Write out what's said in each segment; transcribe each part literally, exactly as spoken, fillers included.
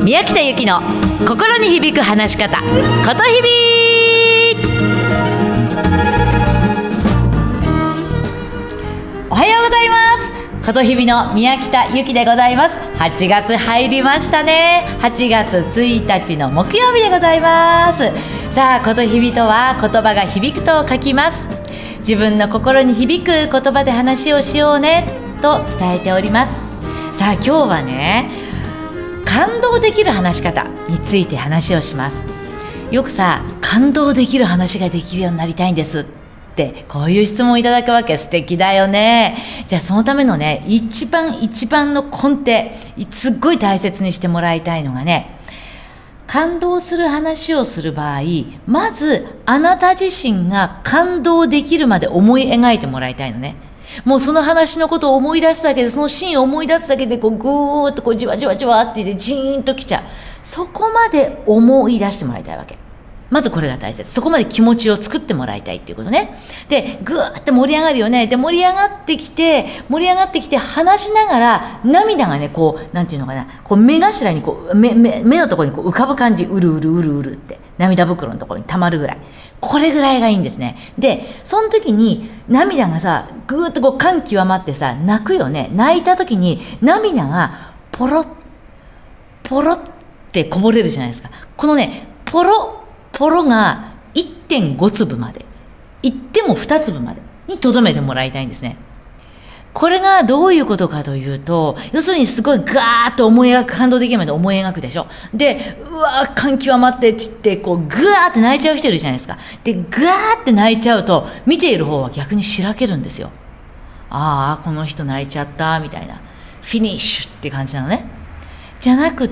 宮北由紀の心に響く話し方、ことひび。おはようございます。ことひびの宮北由紀でございます。はちがつ入りましたね。はちがつついたちの木曜日でございます。さあ、ことひびとは言葉が響くと書きます。自分の心に響く言葉で話をしようねと伝えております。さあ、今日はね、感動できる話し方について話をします。よくさ、感動できる話ができるようになりたいんですってこういう質問をいただくわけ。素敵だよね。じゃあそのためのね、一番一番の根底、すっごい大切にしてもらいたいのがね、感動する話をする場合、まずあなた自身が感動できるまで思い描いてもらいたいのね。もうその話のことを思い出すだけで、そのシーンを思い出すだけでこうぐーっとこうじわじわじわって言ってジーンときちゃう。そこまで思い出してもらいたいわけ。まずこれが大切。そこまで気持ちを作ってもらいたいっていうことね。で、ぐーって盛り上がるよね。で、盛り上がってきて、盛り上がってきて話しながら涙がね、こう、なんていうのかな、こう目頭にこう、目、目、目のところにこう浮かぶ感じ、うるうるうるうるって涙袋のところに溜まるぐらい。これぐらいがいいんですね。で、その時に涙がさ、ぐーっとこう感極まってさ、泣くよね。泣いた時に涙がポロッ、ポロってこぼれるじゃないですか。このね、ポロポロが いってんご 粒まで、いってもに粒までに留めてもらいたいんですね。これがどういうことかというと、要するにすごいガーッと思い描く、感動できるまで思い描くでしょ。で、うわー感極まってっつってこうグワーって泣いちゃう人いるじゃないですか。で、グワーって泣いちゃうと見ている方は逆にしらけるんですよ。ああ、この人泣いちゃったみたいな、フィニッシュって感じなのね。じゃなくって、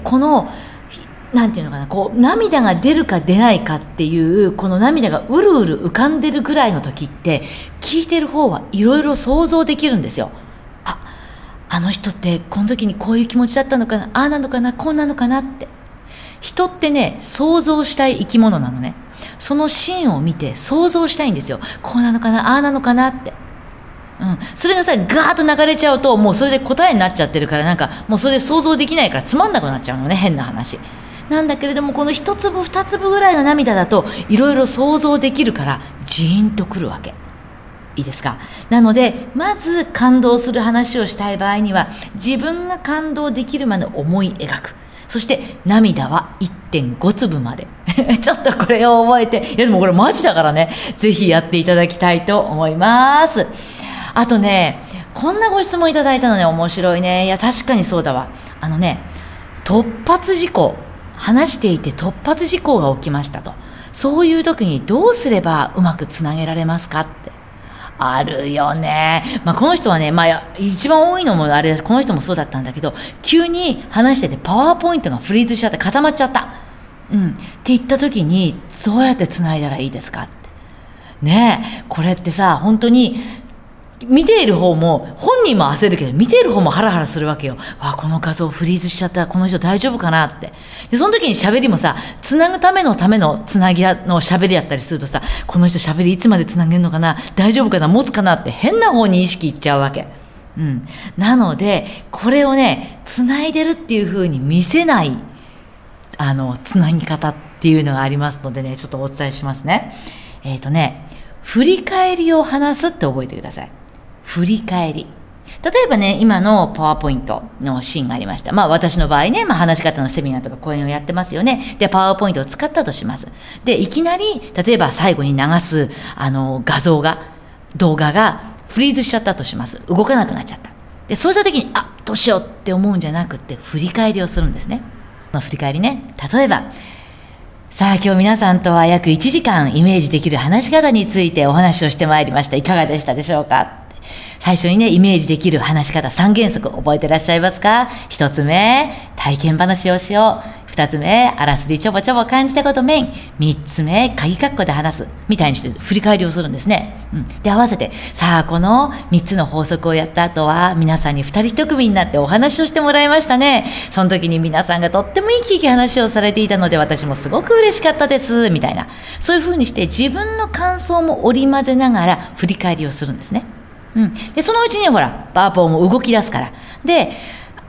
このなんていうのかな、こう涙が出るか出ないかっていう、この涙がうるうる浮かんでるぐらいの時って、聞いてる方はいろいろ想像できるんですよ。あ、あの人ってこの時にこういう気持ちだったのかな、ああなのかな、こうなのかなって。人ってね、想像したい生き物なのね。そのシーンを見て想像したいんですよ。こうなのかな、ああなのかなって。うん、それがさ、ガーッと流れちゃうと、もうそれで答えになっちゃってるから、なんかもうそれで想像できないからつまんなくなっちゃうのね、変な話なんだけれども、この一粒二粒ぐらいの涙だといろいろ想像できるからジーンとくるわけ。いいですか。なので、まず感動する話をしたい場合には、自分が感動できるまで思い描く。そして涙は いってんご 粒までちょっとこれを覚えて、いやでもこれマジだからね、ぜひやっていただきたいと思います。あとね、こんなご質問いただいたのね、面白いね。いや確かにそうだわ。あのね、突発事故、話していて突発事故が起きましたと。そういう時にどうすればうまくつなげられますかって。あるよね。まあこの人はね、まあ一番多いのもあれです。この人もそうだったんだけど、急に話しててパワーポイントがフリーズしちゃって固まっちゃった。うん。って言った時にどうやってつないだらいいですかって。ねえ、これってさ、本当に見ている方も本人も焦るけど、見ている方もハラハラするわけよ。わあ、この画像フリーズしちゃった、この人大丈夫かなって。でその時に喋りもさ、つなぐためのためのつなぎの喋りやったりするとさ、この人喋りいつまでつなげるのかな、大丈夫かな、持つかなって変な方に意識いっちゃうわけ。うん。なのでこれをね、つないでるっていう風に見せないあのつなぎ方っていうのがありますのでね、ちょっとお伝えしますね。えっとね、振り返りを話すって覚えてください。振り返り。例えばね、今のパワーポイントのシーンがありました。まあ私の場合ね、まあ話し方のセミナーとか講演をやってますよね。で、パワーポイントを使ったとします。で、いきなり、例えば最後に流す、あの、画像が、動画がフリーズしちゃったとします。動かなくなっちゃった。で、そうした時に、あ、どうしようって思うんじゃなくって、振り返りをするんですね。まあ振り返りね。例えば、さあ今日皆さんとは約いちじかんイメージできる話し方についてお話をしてまいりました。いかがでしたでしょうか。最初にね、イメージできる話し方さん原則覚えてらっしゃいますか。ひとつめ、体験話をしよう。ふたつめ、あらすじちょぼちょぼ感じたことメイン。みっつめ、鍵括弧で話すみたいにして振り返りをするんですね。うん、で合わせて、さあこのみっつの法則をやった後は皆さんにふたりひと組になってお話をしてもらいましたね。その時に皆さんがとってもいい聞き話をされていたので、私もすごく嬉しかったですみたいな、そういう風にして自分の感想も織り交ぜながら振り返りをするんですね。うん、でそのうちにほらパワポも動き出すから、で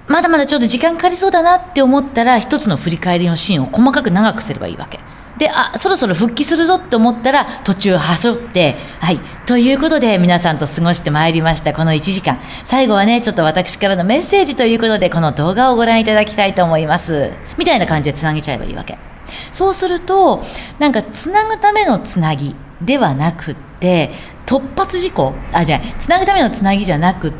まだまだちょっと時間かかりそうだなって思ったら、一つの振り返りのシーンを細かく長くすればいいわけで、あ、そろそろ復帰するぞって思ったら途中挟って、はい、ということで皆さんと過ごしてまいりましたこのいちじかん、最後はねちょっと私からのメッセージということで、この動画をご覧いただきたいと思いますみたいな感じでつなげちゃえばいいわけ。そうするとなんかつなぐためのつなぎではなくって、突発事項あじゃあつなぐためのつなぎじゃなくって、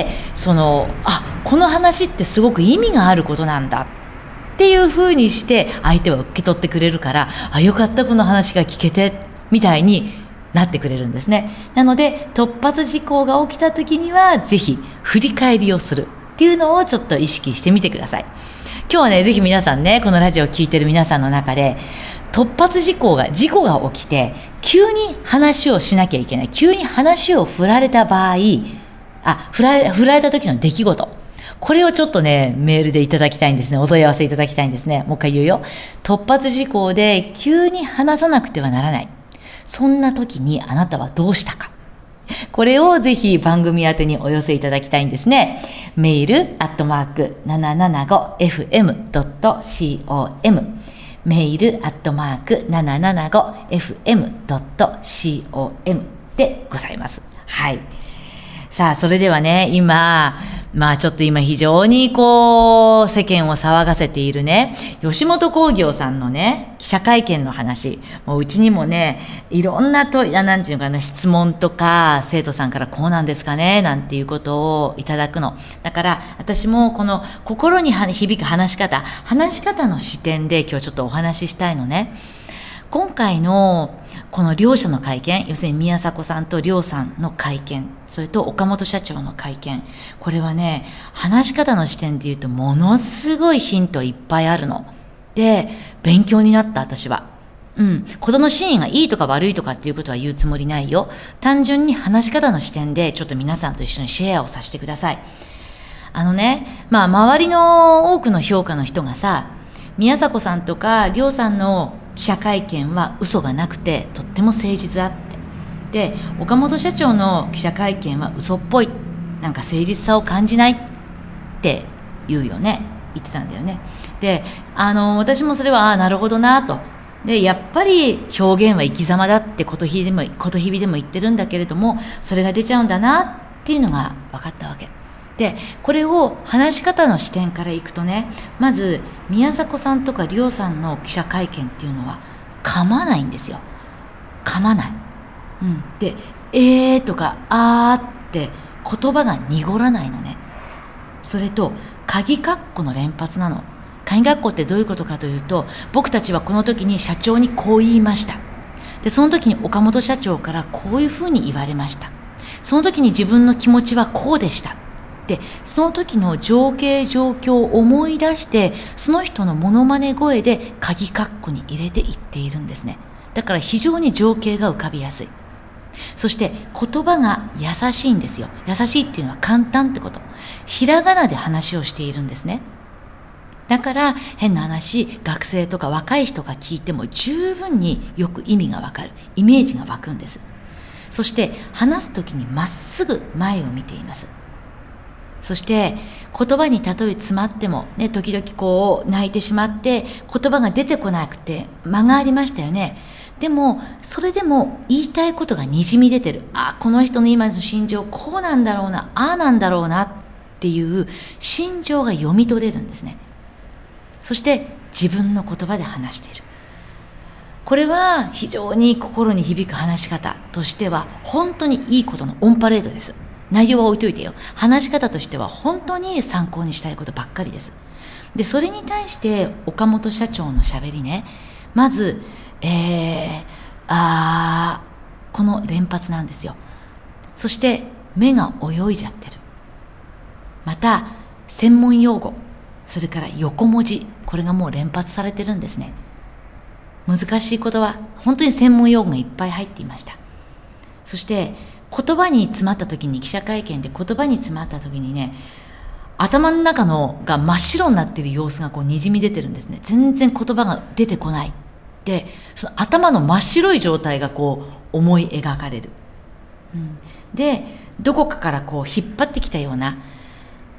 そのあこの話ってすごく意味があることなんだっていう風にして相手は受け取ってくれるから、あよかったこの話が聞けてみたいになってくれるんですね。なので突発事項が起きた時にはぜひ振り返りをするっていうのをちょっと意識してみてください。今日はねぜひ皆さんね、このラジオを聞いてる皆さんの中で突発事項が事故が起きて急に話をしなきゃいけない、急に話を振られた場合、あ振ら、振られた時の出来事、これをちょっとねメールでいただきたいんですね。お問い合わせいただきたいんですね。もう一回言うよ。突発事項で急に話さなくてはならない、そんな時にあなたはどうしたか、これをぜひ番組宛てにお寄せいただきたいんですね。メールアットマーク ななななごエフエムドットコム、 メールアットマーク ななななごエフエムドットコム でございます。はい。さあそれではね、今まあちょっと今非常にこう世間を騒がせているね、吉本興業さんのね記者会見の話、もううちにもねいろんなとなんていうのかな、質問とか生徒さんからこうなんですかねなんていうことをいただくの。だから私もこの心に響く話し方話し方の視点で今日ちょっとお話ししたいのね。今回のこの両者の会見、要するに宮迫さんと亮さんの会見、それと岡本社長の会見、これはね話し方の視点で言うとものすごいヒントいっぱいあるので、勉強になった私は。うん、ことのシーンがいいとか悪いとかっていうことは言うつもりないよ。単純に話し方の視点でちょっと皆さんと一緒にシェアをさせてください。あのね、まあ周りの多くの評価の人がさ、宮迫さんとか亮さんの記者会見は嘘がなくてとっても誠実だって、で岡本社長の記者会見は嘘っぽい、なんか誠実さを感じないって言うよね、言ってたんだよね。であの私もそれはああなるほどなと。でやっぱり表現は生き様だってことひびでもことひびでも言ってるんだけれども、それが出ちゃうんだなっていうのが分かったわけで、これを話し方の視点からいくとね、まず宮迫さんとか亮さんの記者会見っていうのは噛まないんですよ。噛まない、うん、でえーとかあーって言葉が濁らないのね。それと鍵括弧の連発なの。鍵括弧ってどういうことかというと、僕たちはこの時に社長にこう言いました、でその時に岡本社長からこういうふうに言われました、その時に自分の気持ちはこうでした、でその時の情景状況を思い出して、その人のモノマネ声で鍵括弧に入れていっているんですね。だから非常に情景が浮かびやすい。そして言葉が優しいんですよ。優しいっていうのは簡単ってこと。ひらがなで話をしているんですね。だから変な話、学生とか若い人が聞いても十分によく意味がわかる、イメージが湧くんです。そして話す時にまっすぐ前を見ています。そして言葉に例え詰まっても、ね、時々こう泣いてしまって言葉が出てこなくて間がありましたよね。でもそれでも言いたいことがにじみ出てる。あ、この人の今の心情こうなんだろうな、ああなんだろうなっていう心情が読み取れるんですね。そして自分の言葉で話している。これは非常に心に響く話し方としては本当にいいことのオンパレードです。内容は置いといてよ。話し方としては本当に参考にしたいことばっかりです。で、それに対して岡本社長のしゃべりね、まず、えー、あー、この連発なんですよ。そして目が泳いじゃってる。また専門用語、それから横文字、これがもう連発されてるんですね。難しい言葉、本当に専門用語がいっぱい入っていました。そして言葉に詰まった時に、記者会見で言葉に詰まった時にね、頭の中のが真っ白になっている様子がこうにじみ出てるんですね。全然言葉が出てこない。で、その頭の真っ白い状態がこう思い描かれる、うん、でどこかからこう引っ張ってきたような、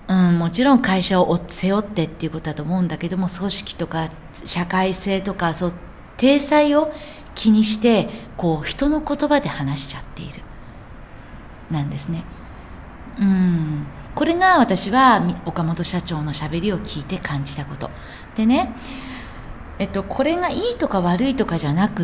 うん、もちろん会社を背負ってっていうことだと思うんだけども、組織とか社会性とかそう体裁を気にしてこう人の言葉で話しちゃっているなんですね。うん、これが私は岡本社長のしゃべりを聞いて感じたことでね、えっと、これがいいとか悪いとかじゃなくって、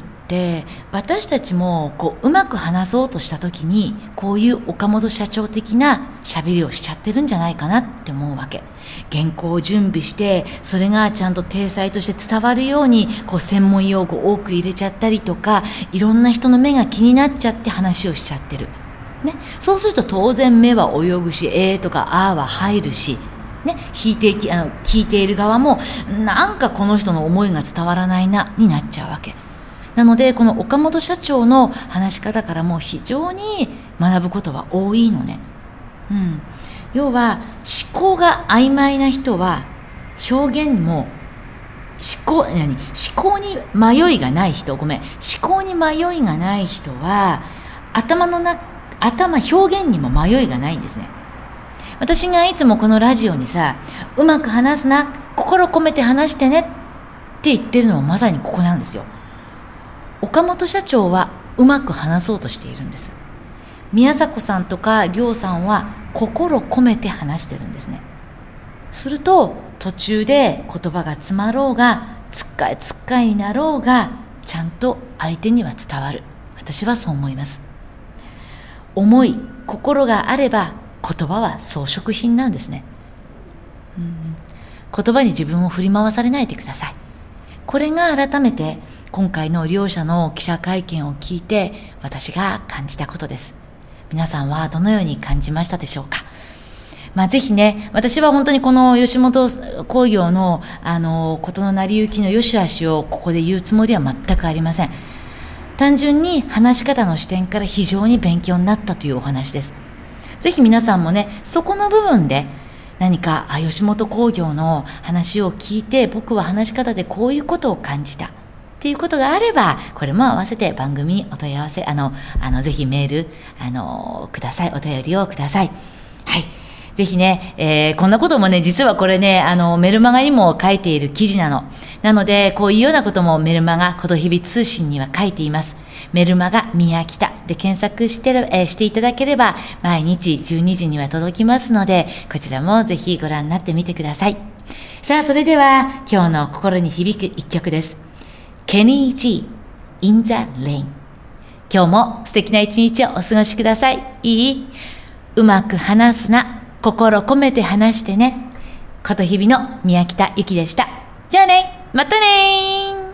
私たちもこううまく話そうとした時にこういう岡本社長的なしゃべりをしちゃってるんじゃないかなって思うわけ。原稿を準備してそれがちゃんと体裁として伝わるようにこう専門用語を多く入れちゃったりとか、いろんな人の目が気になっちゃって話をしちゃってる、ね、そうすると当然目は泳ぐし、えーとかあーは入るしね、聞いてあの聞いている側もなんかこの人の思いが伝わらないなになっちゃうわけなので、この岡本社長の話し方からも非常に学ぶことは多いのね、うん、要は思考が曖昧な人は表現も思考、何思考に迷いがない人ごめん思考に迷いがない人は頭のな頭表現にも迷いがないんですね。私がいつもこのラジオにさ、うまく話すな、心込めて話してねって言ってるのもまさにここなんですよ。岡本社長はうまく話そうとしているんです。宮迫さんとか亮さんは心込めて話してるんですね。すると途中で言葉が詰まろうがつっかえつっかえになろうがちゃんと相手には伝わる。私はそう思います。思い、心があれば言葉は装飾品なんですね、うん、言葉に自分を振り回されないでください。これが改めて今回の両者の記者会見を聞いて私が感じたことです。皆さんはどのように感じましたでしょうか。まあ、ぜひね、私は本当にこの吉本興業のあの事の成り行きの良し悪しをここで言うつもりは全くありません。単純に話し方の視点から非常に勉強になったというお話です。ぜひ皆さんもね、そこの部分で何かあ吉本興業の話を聞いて僕は話し方でこういうことを感じたっていうことがあれば、これも合わせて番組にお問い合わせあのあのぜひメールあのください。お便りをください。はい、ぜひね、えー、こんなこともね、実はこれね、あのメルマガにも書いている記事なの。なのでこういうようなこともメルマガこと日々通信には書いています。メルマガ宮北で検索して、えー、していただければ毎日じゅうにじには届きますので、こちらもぜひご覧になってみてください。さあ、それでは今日の心に響く一曲です。ケニー G In the Rain。 今日も素敵な一日をお過ごしください。いいうまく話すな、心込めて話してね。こと日々の宮北ゆきでした。じゃあね、またね。